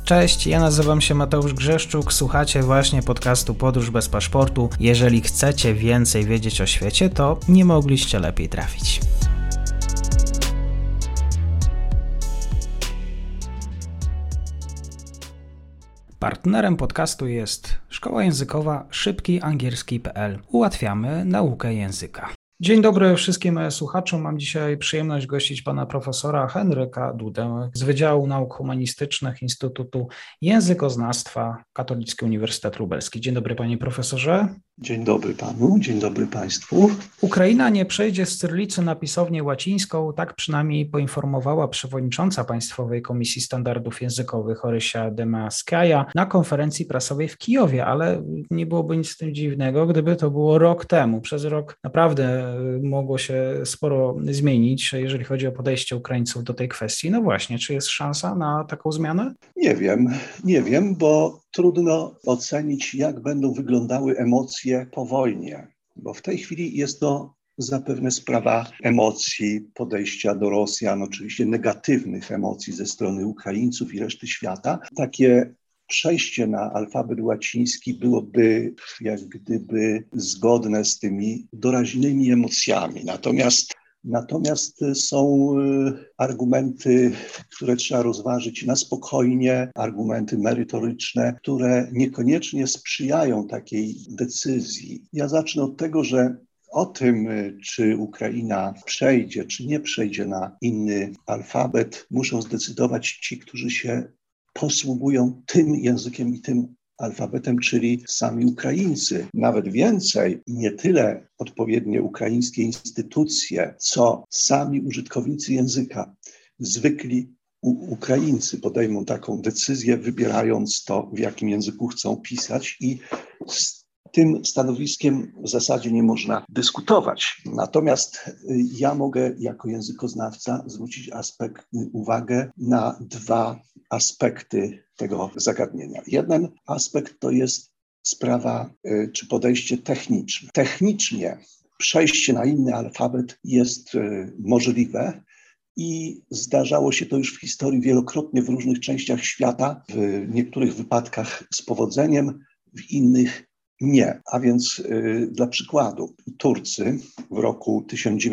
Cześć, ja nazywam się Mateusz Grzeszczuk, słuchacie właśnie podcastu Podróż bez paszportu. Jeżeli chcecie więcej wiedzieć o świecie, to nie mogliście lepiej trafić. Partnerem podcastu jest szkoła językowa szybkiangielski.pl. Ułatwiamy naukę języka. Dzień dobry wszystkim słuchaczom. Mam dzisiaj przyjemność gościć pana profesora Henryka Dudę z Wydziału Nauk Humanistycznych Instytutu Językoznawstwa Katolicki Uniwersytet Lubelski. Dzień dobry panie profesorze. Dzień dobry panu, dzień dobry państwu. Ukraina nie przejdzie z cyrylicy na pisownię łacińską, tak przynajmniej poinformowała przewodnicząca Państwowej Komisji Standardów Językowych Orysia Demaskaja na konferencji prasowej w Kijowie, ale nie byłoby nic z tym dziwnego, gdyby to było rok temu. Przez rok naprawdę mogło się sporo zmienić, jeżeli chodzi o podejście Ukraińców do tej kwestii. No właśnie, czy jest szansa na taką zmianę? Nie wiem, bo trudno ocenić, jak będą wyglądały emocje po wojnie, bo w tej chwili jest to zapewne sprawa emocji, podejścia do Rosjan, oczywiście negatywnych emocji ze strony Ukraińców i reszty świata. Takie przejście na alfabet łaciński byłoby jak gdyby zgodne z tymi doraźnymi emocjami. Natomiast są argumenty, które trzeba rozważyć na spokojnie, argumenty merytoryczne, które niekoniecznie sprzyjają takiej decyzji. Ja zacznę od tego, że o tym, czy Ukraina przejdzie, czy nie przejdzie na inny alfabet, muszą zdecydować ci, którzy się posługują tym językiem i tym alfabetem, czyli sami Ukraińcy. Nawet więcej, nie tyle odpowiednie ukraińskie instytucje, co sami użytkownicy języka. Zwykli Ukraińcy podejmą taką decyzję, wybierając to, w jakim języku chcą pisać, i z tym stanowiskiem w zasadzie nie można dyskutować. Natomiast ja mogę jako językoznawca zwrócić uwagę na dwa aspekty tego zagadnienia. Jeden aspekt to jest sprawa czy podejście techniczne. Technicznie przejście na inny alfabet jest możliwe i zdarzało się to już w historii wielokrotnie w różnych częściach świata, w niektórych wypadkach z powodzeniem, w innych nie. A więc dla przykładu Turcy w roku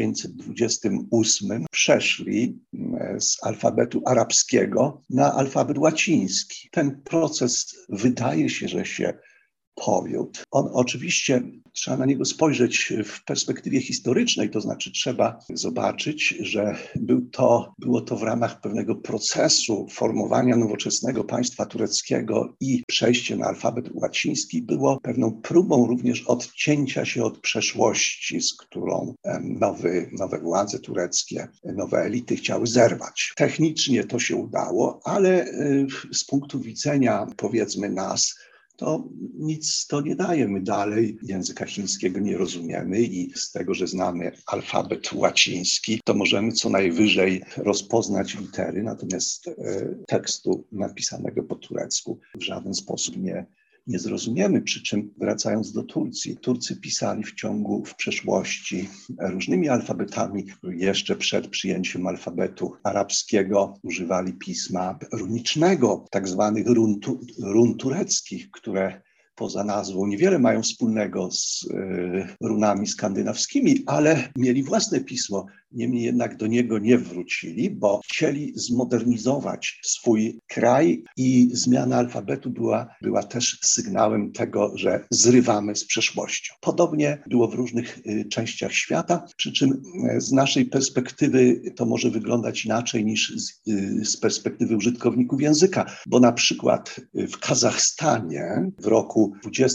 1928 przeszli z alfabetu arabskiego na alfabet łaciński. Ten proces wydaje się, że się powiódł. On oczywiście, trzeba na niego spojrzeć w perspektywie historycznej, to znaczy trzeba zobaczyć, że było to w ramach pewnego procesu formowania nowoczesnego państwa tureckiego i przejście na alfabet łaciński było pewną próbą również odcięcia się od przeszłości, z którą nowe władze tureckie, nowe elity chciały zerwać. Technicznie to się udało, ale z punktu widzenia, powiedzmy, nas, to nic to nie daje. My dalej języka chińskiego nie rozumiemy i z tego, że znamy alfabet łaciński, to możemy co najwyżej rozpoznać litery, natomiast tekstu napisanego po turecku w żaden sposób nie zrozumiemy. Przy czym, wracając do Turcji, Turcy pisali w przeszłości różnymi alfabetami. Jeszcze przed przyjęciem alfabetu arabskiego używali pisma runicznego, tak zwanych run tureckich, które poza nazwą niewiele mają wspólnego z runami skandynawskimi, ale mieli własne pismo. Niemniej jednak do niego nie wrócili, bo chcieli zmodernizować swój kraj i zmiana alfabetu była też sygnałem tego, że zrywamy z przeszłością. Podobnie było w różnych częściach świata, przy czym z naszej perspektywy to może wyglądać inaczej niż z perspektywy użytkowników języka, bo na przykład w Kazachstanie w roku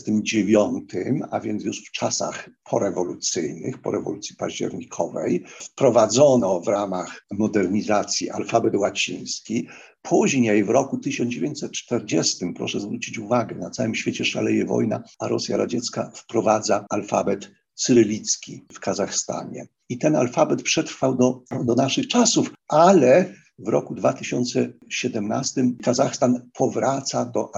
29, a więc już w czasach porewolucyjnych, po rewolucji październikowej, wprowadzono w ramach modernizacji alfabet łaciński. Później w roku 1940, proszę zwrócić uwagę, na całym świecie szaleje wojna, a Rosja radziecka wprowadza alfabet cyrylicki w Kazachstanie. I ten alfabet przetrwał do naszych czasów, ale w roku 2017 Kazachstan powraca do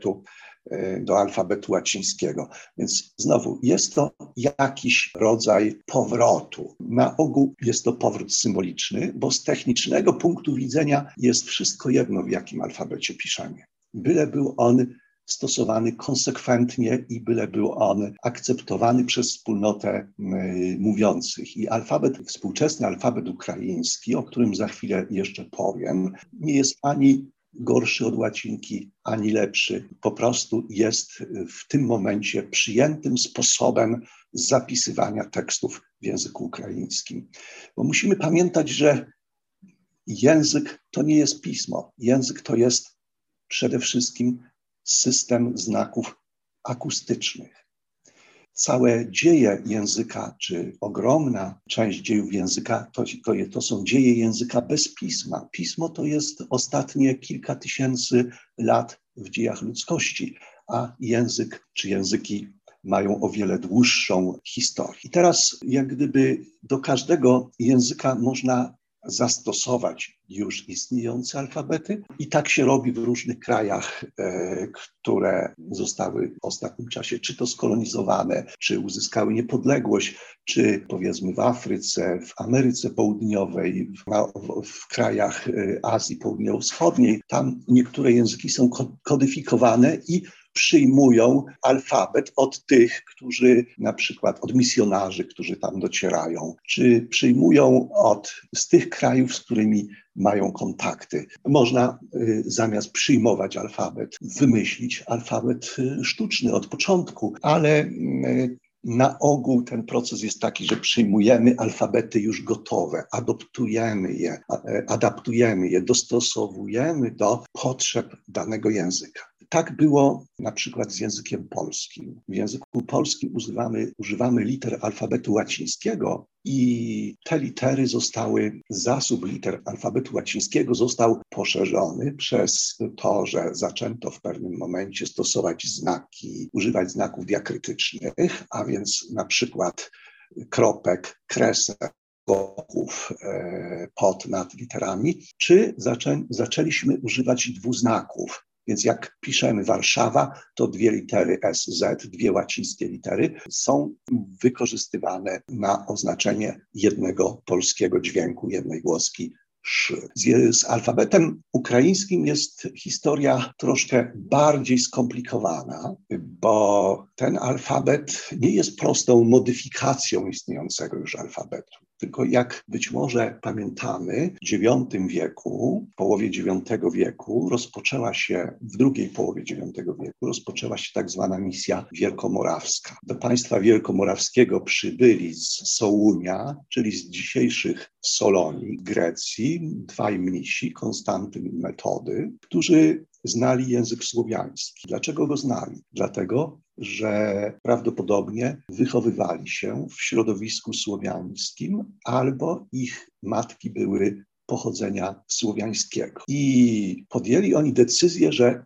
alfabetu łacińskiego. Więc znowu jest to jakiś rodzaj powrotu. Na ogół jest to powrót symboliczny, bo z technicznego punktu widzenia jest wszystko jedno, w jakim alfabecie piszemy. byle był on stosowany konsekwentnie i byle był on akceptowany przez wspólnotę mówiących. I współczesny alfabet ukraiński, o którym za chwilę jeszcze powiem, nie jest ani gorszy od łacinki, ani lepszy. Po prostu jest w tym momencie przyjętym sposobem zapisywania tekstów w języku ukraińskim. Bo musimy pamiętać, że język to nie jest pismo. Język to jest przede wszystkim system znaków akustycznych. Całe dzieje języka, czy ogromna część dziejów języka, to są dzieje języka bez pisma. Pismo to jest ostatnie kilka tysięcy lat w dziejach ludzkości, a język czy języki mają o wiele dłuższą historię. I teraz jak gdyby do każdego języka można zastosować już istniejące alfabety i tak się robi w różnych krajach, które zostały w ostatnim czasie czy to skolonizowane, czy uzyskały niepodległość, czy powiedzmy w Afryce, w Ameryce Południowej, w krajach Azji Południowo-Wschodniej. Tam niektóre języki są kodyfikowane i przyjmują alfabet od tych, którzy na przykład od misjonarzy, którzy tam docierają, czy przyjmują z tych krajów, z którymi mają kontakty. Można zamiast przyjmować alfabet, wymyślić alfabet sztuczny od początku, ale na ogół ten proces jest taki, że przyjmujemy alfabety już gotowe, adaptujemy je, dostosowujemy do potrzeb danego języka. Tak było na przykład z językiem polskim. W języku polskim używamy liter alfabetu łacińskiego i te litery zasób liter alfabetu łacińskiego został poszerzony przez to, że zaczęto w pewnym momencie stosować używać znaków diakrytycznych, a więc na przykład kropek, kresek, boków pod nad literami, czy zaczęliśmy używać dwuznaków. Więc jak piszemy Warszawa, to dwie litery SZ, dwie łacińskie litery są wykorzystywane na oznaczenie jednego polskiego dźwięku, jednej głoski szy. Z alfabetem ukraińskim jest historia troszkę bardziej skomplikowana, bo ten alfabet nie jest prostą modyfikacją istniejącego już alfabetu. Tylko jak być może pamiętamy, w połowie IX wieku w drugiej połowie IX wieku rozpoczęła się tak zwana misja wielkomorawska. Do państwa wielkomorawskiego przybyli z Sołunia, czyli z dzisiejszych Solonii, Grecji, dwaj mnisi, Konstantyn i Metody, którzy znali język słowiański. Dlaczego go znali? Dlatego, że prawdopodobnie wychowywali się w środowisku słowiańskim albo ich matki były pochodzenia słowiańskiego. I podjęli oni decyzję, że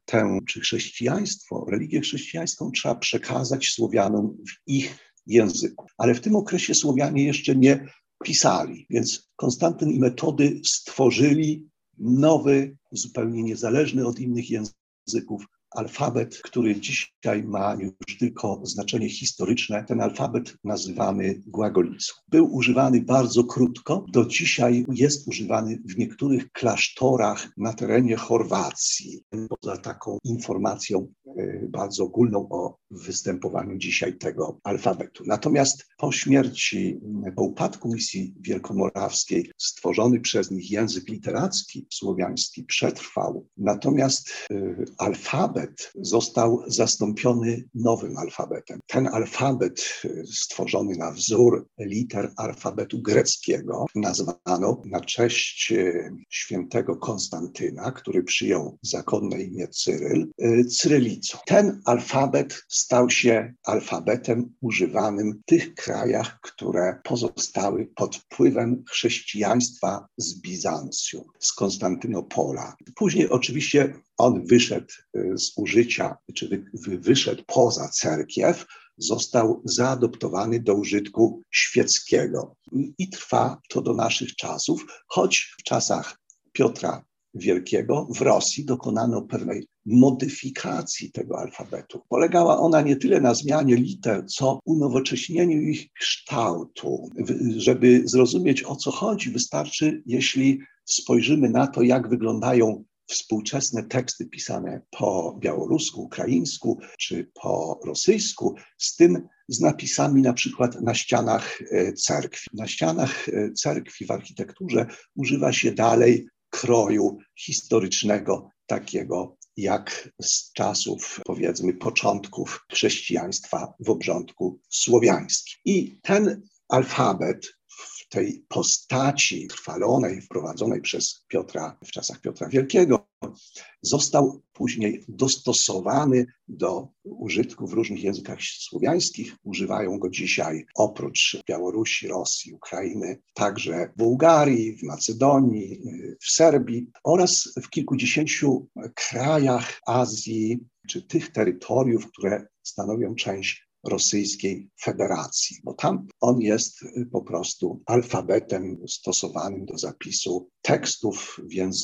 religię chrześcijańską trzeba przekazać Słowianom w ich języku. Ale w tym okresie Słowianie jeszcze nie pisali, więc Konstantyn i Metody stworzyli nowy, zupełnie niezależny od innych języków alfabet, który dzisiaj ma już tylko znaczenie historyczne. Ten alfabet nazywamy głagolicą. Był używany bardzo krótko. Do dzisiaj jest używany w niektórych klasztorach na terenie Chorwacji. Poza taką informacją bardzo ogólną o występowaniu dzisiaj tego alfabetu. Natomiast po upadku misji wielkomorawskiej stworzony przez nich język literacki słowiański przetrwał. Natomiast alfabet został zastąpiony nowym alfabetem. Ten alfabet stworzony na wzór liter alfabetu greckiego nazwano na cześć świętego Konstantyna, który przyjął zakonne imię Cyryl, cyrylicą. Ten alfabet stał się alfabetem używanym w tych krajach, które pozostały pod wpływem chrześcijaństwa z Bizancjum, z Konstantynopola. Później oczywiście on wyszedł z użycia, czy wyszedł poza cerkiew, został zaadoptowany do użytku świeckiego. I trwa to do naszych czasów, choć w czasach Piotra Wielkiego w Rosji dokonano pewnej modyfikacji tego alfabetu. Polegała ona nie tyle na zmianie liter, co unowocześnieniu ich kształtu. Żeby zrozumieć, o co chodzi, wystarczy, jeśli spojrzymy na to, jak wyglądają współczesne teksty pisane po białorusku, ukraińsku czy po rosyjsku z napisami na przykład na ścianach cerkwi. Na ścianach cerkwi w architekturze używa się dalej kroju historycznego, takiego jak z czasów, powiedzmy, początków chrześcijaństwa w obrządku słowiańskim. I ten alfabet w tej postaci trwalonej, wprowadzonej przez Piotra w czasach Piotra Wielkiego, został później dostosowany do użytku w różnych językach słowiańskich. Używają go dzisiaj oprócz Białorusi, Rosji, Ukrainy, także w Bułgarii, w Macedonii, w Serbii oraz w kilkudziesięciu krajach Azji, czy tych terytoriów, które stanowią część Rosyjskiej Federacji, bo tam on jest po prostu alfabetem stosowanym do zapisu tekstów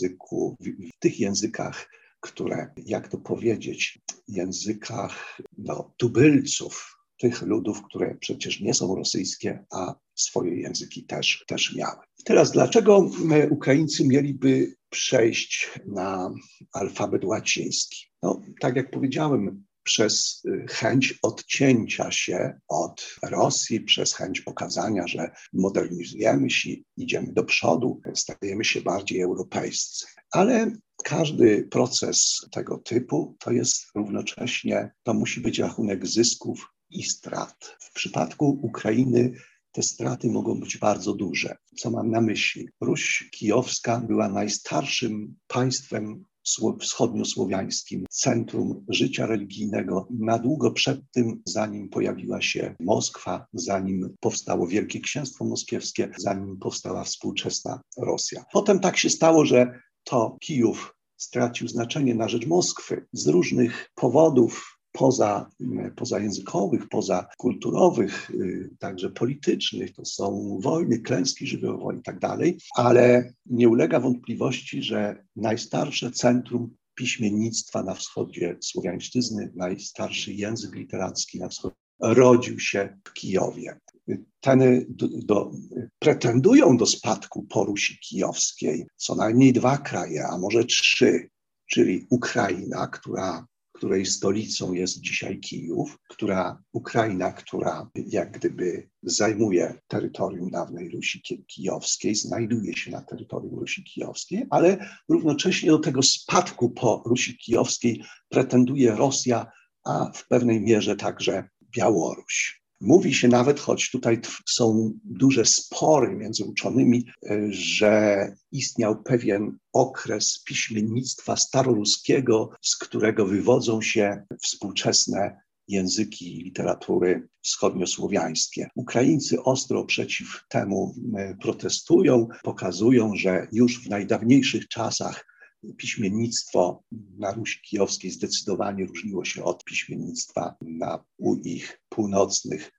w tych językach, które, jak to powiedzieć, językach tubylców, tych ludów, które przecież nie są rosyjskie, a swoje języki też miały. I teraz dlaczego Ukraińcy mieliby przejść na alfabet łaciński? No, tak jak powiedziałem, przez chęć odcięcia się od Rosji, przez chęć pokazania, że modernizujemy się, idziemy do przodu, stajemy się bardziej europejscy. Ale każdy proces tego typu to jest równocześnie, to musi być rachunek zysków i strat. W przypadku Ukrainy te straty mogą być bardzo duże. Co mam na myśli? Ruś Kijowska była najstarszym państwem wschodniosłowiańskim, centrum życia religijnego na długo przed tym, zanim pojawiła się Moskwa, zanim powstało Wielkie Księstwo Moskiewskie, zanim powstała współczesna Rosja. Potem tak się stało, że to Kijów stracił znaczenie na rzecz Moskwy z różnych powodów, pozajęzykowych, pozakulturowych, także politycznych, to są wojny, klęski żywiołowe i tak dalej, ale nie ulega wątpliwości, że najstarsze centrum piśmiennictwa na wschodzie słowiańszczyzny, najstarszy język literacki na wschodzie rodził się w Kijowie. Pretendują do spadku po Rusi Kijowskiej co najmniej 2 kraje, a może 3, czyli Ukraina, której stolicą jest dzisiaj Kijów, Ukraina, która jak gdyby zajmuje terytorium dawnej Rusi Kijowskiej, znajduje się na terytorium Rusi Kijowskiej, ale równocześnie do tego spadku po Rusi Kijowskiej pretenduje Rosja, a w pewnej mierze także Białoruś. Mówi się nawet, choć tutaj są duże spory między uczonymi, że istniał pewien okres piśmiennictwa staroruskiego, z którego wywodzą się współczesne języki literatury wschodniosłowiańskie. Ukraińcy ostro przeciw temu protestują, pokazują, że już w najdawniejszych czasach piśmiennictwo na Rusi Kijowskiej zdecydowanie różniło się od piśmiennictwa u ich północnych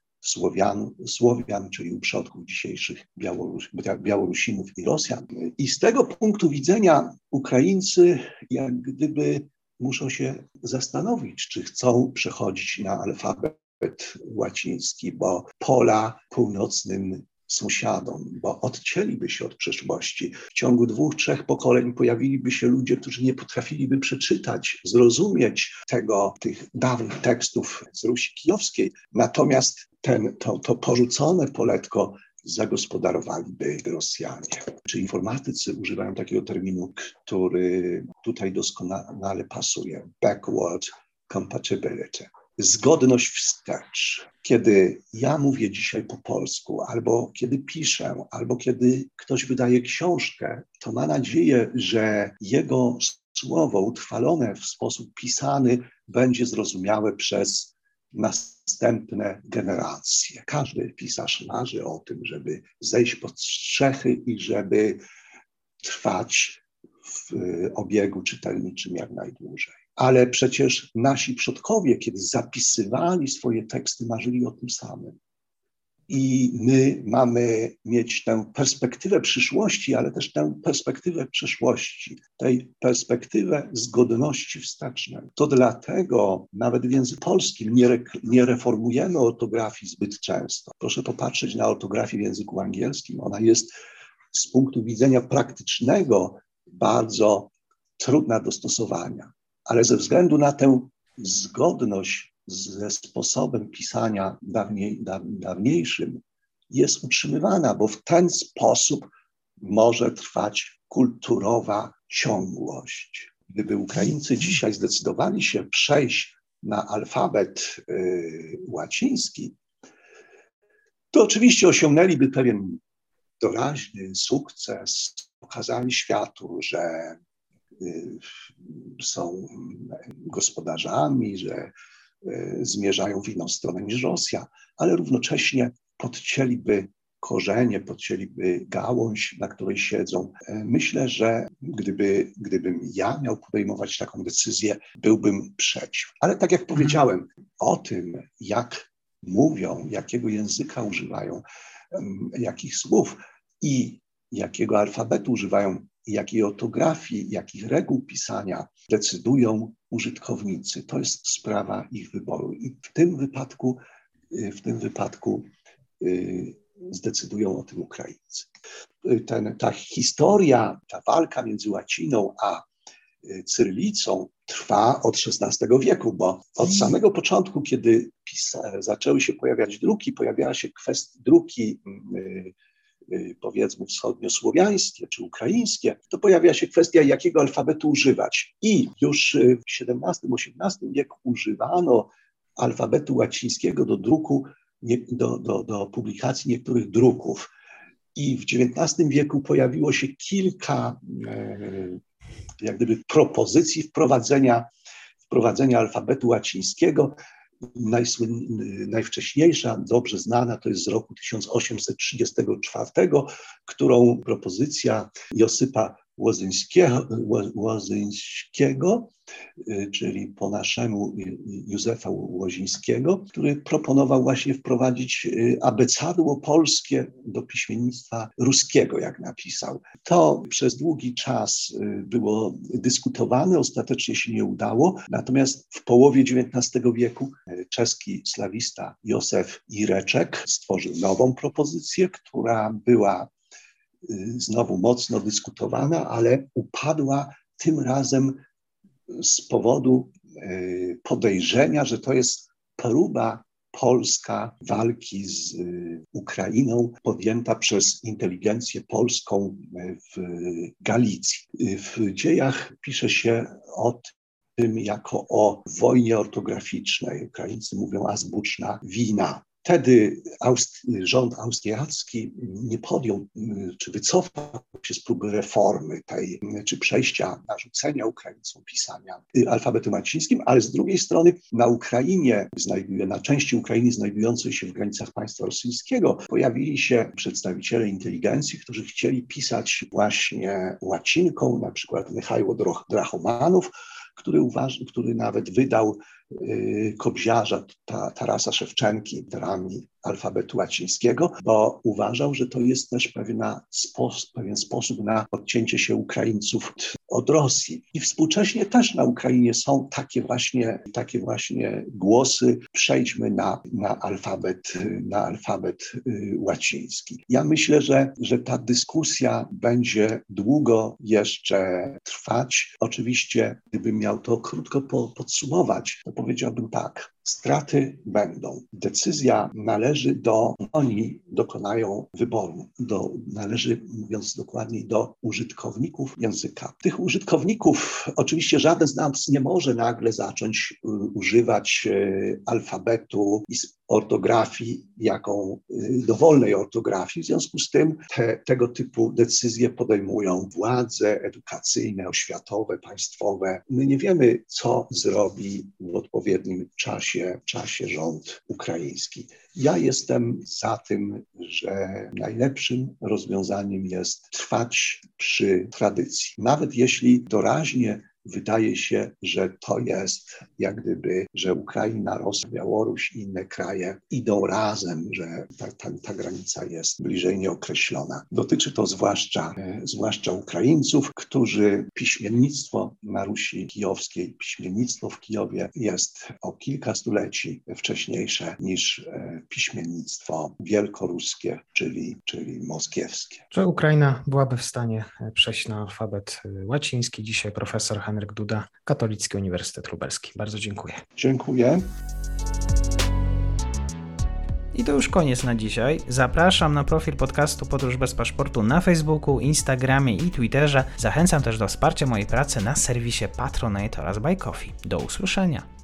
Słowian, czyli u przodków dzisiejszych Białorusinów i Rosjan. I z tego punktu widzenia Ukraińcy jak gdyby muszą się zastanowić, czy chcą przechodzić na alfabet łaciński, bo pola północnym sąsiadom, bo odcięliby się od przeszłości. W ciągu 2-3 pokoleń pojawiliby się ludzie, którzy nie potrafiliby przeczytać, zrozumieć tych dawnych tekstów z Rusi Kijowskiej. Natomiast to porzucone poletko zagospodarowaliby Rosjanie. Czy informatycy używają takiego terminu, który tutaj doskonale pasuje. Backward compatibility. Zgodność wstecz. Kiedy ja mówię dzisiaj po polsku, albo kiedy piszę, albo kiedy ktoś wydaje książkę, to ma nadzieję, że jego słowo utrwalone w sposób pisany będzie zrozumiałe przez następne generacje. Każdy pisarz marzy o tym, żeby zejść pod strzechy i żeby trwać w obiegu czytelniczym jak najdłużej. Ale przecież nasi przodkowie, kiedy zapisywali swoje teksty, marzyli o tym samym. I my mamy mieć tę perspektywę przyszłości, ale też tę perspektywę przeszłości, tej perspektywę zgodności wstecznej. To dlatego nawet w języku polskim nie reformujemy ortografii zbyt często. Proszę popatrzeć na ortografię w języku angielskim. Ona jest z punktu widzenia praktycznego bardzo trudna do stosowania, ale ze względu na tę zgodność ze sposobem pisania dawniejszym jest utrzymywana, bo w ten sposób może trwać kulturowa ciągłość. Gdyby Ukraińcy dzisiaj zdecydowali się przejść na alfabet łaciński, to oczywiście osiągnęliby pewien doraźny sukces, pokazali światu, że są gospodarzami, że zmierzają w inną stronę niż Rosja, ale równocześnie podcięliby korzenie, podcięliby gałąź, na której siedzą. Myślę, że gdybym ja miał podejmować taką decyzję, byłbym przeciw. Ale tak jak powiedziałem, o tym, jak mówią, jakiego języka używają, jakich słów i jakiego alfabetu używają, jakiej ortografii, jakich reguł pisania decydują użytkownicy. To jest sprawa ich wyboru. I w tym wypadku zdecydują o tym Ukraińcy. Ta historia, ta walka między łaciną a cyrylicą trwa od XVI wieku, bo od samego początku, kiedy zaczęły się pojawiać druki, pojawiała się kwestia druki powiedzmy wschodniosłowiańskie czy ukraińskie, to pojawia się kwestia, jakiego alfabetu używać. I już w XVII-XVIII wieku używano alfabetu łacińskiego do druku, do publikacji niektórych druków. I w XIX wieku pojawiło się kilka jak gdyby propozycji wprowadzenia alfabetu łacińskiego. Najwcześniejsza, dobrze znana, to jest z roku 1834, którą propozycja Josypa Łozyńskiego, czyli po naszemu Józefa Łozińskiego, który proponował właśnie wprowadzić abecadło polskie do piśmiennictwa ruskiego, jak napisał. To przez długi czas było dyskutowane, ostatecznie się nie udało, natomiast w połowie XIX wieku czeski slawista Józef Ireczek stworzył nową propozycję, która była znowu mocno dyskutowana, ale upadła tym razem z powodu podejrzenia, że to jest próba polska walki z Ukrainą podjęta przez inteligencję polską w Galicji. W dziejach pisze się o tym jako o wojnie ortograficznej. Ukraińcy mówią azbuczna wina. Wtedy rząd austriacki nie podjął, czy wycofał się z próby reformy tej, czy przejścia, narzucenia Ukraińcom pisania alfabetem łacińskim, ale z drugiej strony na Ukrainie, na części Ukrainy znajdującej się w granicach państwa rosyjskiego, pojawili się przedstawiciele inteligencji, którzy chcieli pisać właśnie łacinką, na przykład Michajło Drachomanow, który nawet wydał Kobziarza Tarasa Szewczenki literami alfabetu łacińskiego, bo uważał, że to jest też pewien sposób na odcięcie się Ukraińców od Rosji. I współcześnie też na Ukrainie są takie właśnie głosy, przejdźmy na alfabet łaciński. Ja myślę, że ta dyskusja będzie długo jeszcze trwać. Oczywiście, gdybym miał to krótko podsumować, to powiedziałbym tak. Straty będą. Decyzja oni dokonają wyboru. Należy, mówiąc dokładniej, do użytkowników języka. Tych użytkowników oczywiście żaden z nas nie może nagle zacząć używać alfabetu i ortografii, dowolnej ortografii. W związku z tym tego typu decyzje podejmują władze edukacyjne, oświatowe, państwowe. My nie wiemy, co zrobi w odpowiednim czasie rząd ukraiński. Ja jestem za tym, że najlepszym rozwiązaniem jest trwać przy tradycji. Nawet jeśli doraźnie wydaje się, że to jest jak gdyby, że Ukraina, Rosja, Białoruś i inne kraje idą razem, że ta granica jest bliżej nieokreślona. Dotyczy to zwłaszcza Ukraińców, którzy piśmiennictwo na Rusi Kijowskiej, piśmiennictwo w Kijowie jest o kilka stuleci wcześniejsze niż piśmiennictwo wielkoruskie, czyli moskiewskie. Czy Ukraina byłaby w stanie przejść na alfabet łaciński? Dzisiaj profesor Henryk Duda, Katolicki Uniwersytet Lubelski. Bardzo dziękuję. Dziękuję. I to już koniec na dzisiaj. Zapraszam na profil podcastu Podróż bez paszportu na Facebooku, Instagramie i Twitterze. Zachęcam też do wsparcia mojej pracy na serwisie Patronite oraz Buy Coffee. Do usłyszenia.